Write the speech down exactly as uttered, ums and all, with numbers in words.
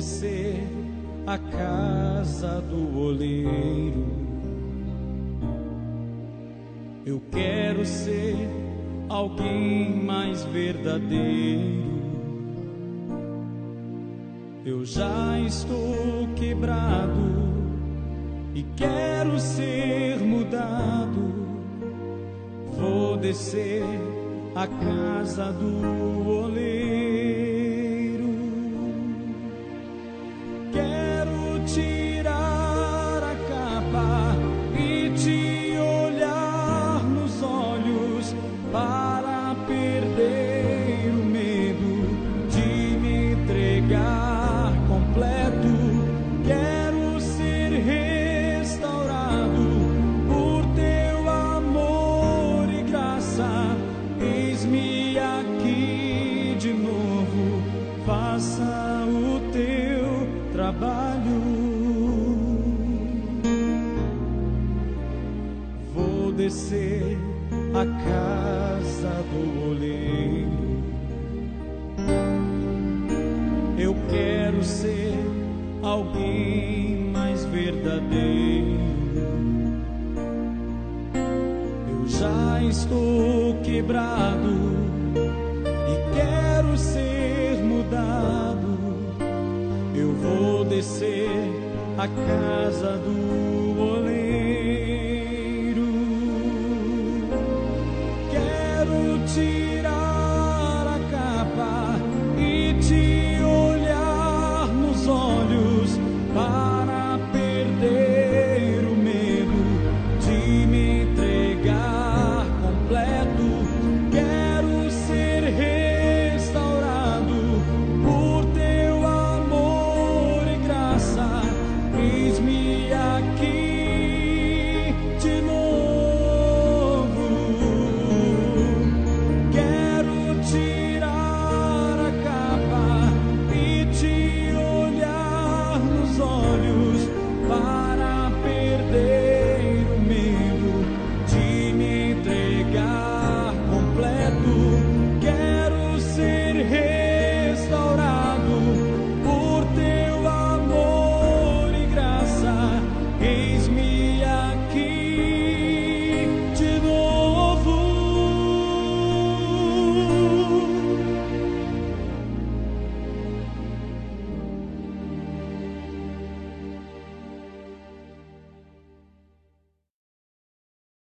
descer à casa do oleiro. Eu quero ser alguém mais verdadeiro. Eu já estou quebrado e quero ser mudado. Vou descer à casa do oleiro. Quero tirar a capa e te olhar nos olhos para perder o medo de me entregar completo. Quero ser restaurado por teu amor e graça. Eis-me aqui de novo, faça o teu trabalho. Vou descer à casa do oleiro. Eu quero ser alguém mais verdadeiro. Eu já estou quebrado e quero ser mudado. Eu vou descer à casa do oleiro.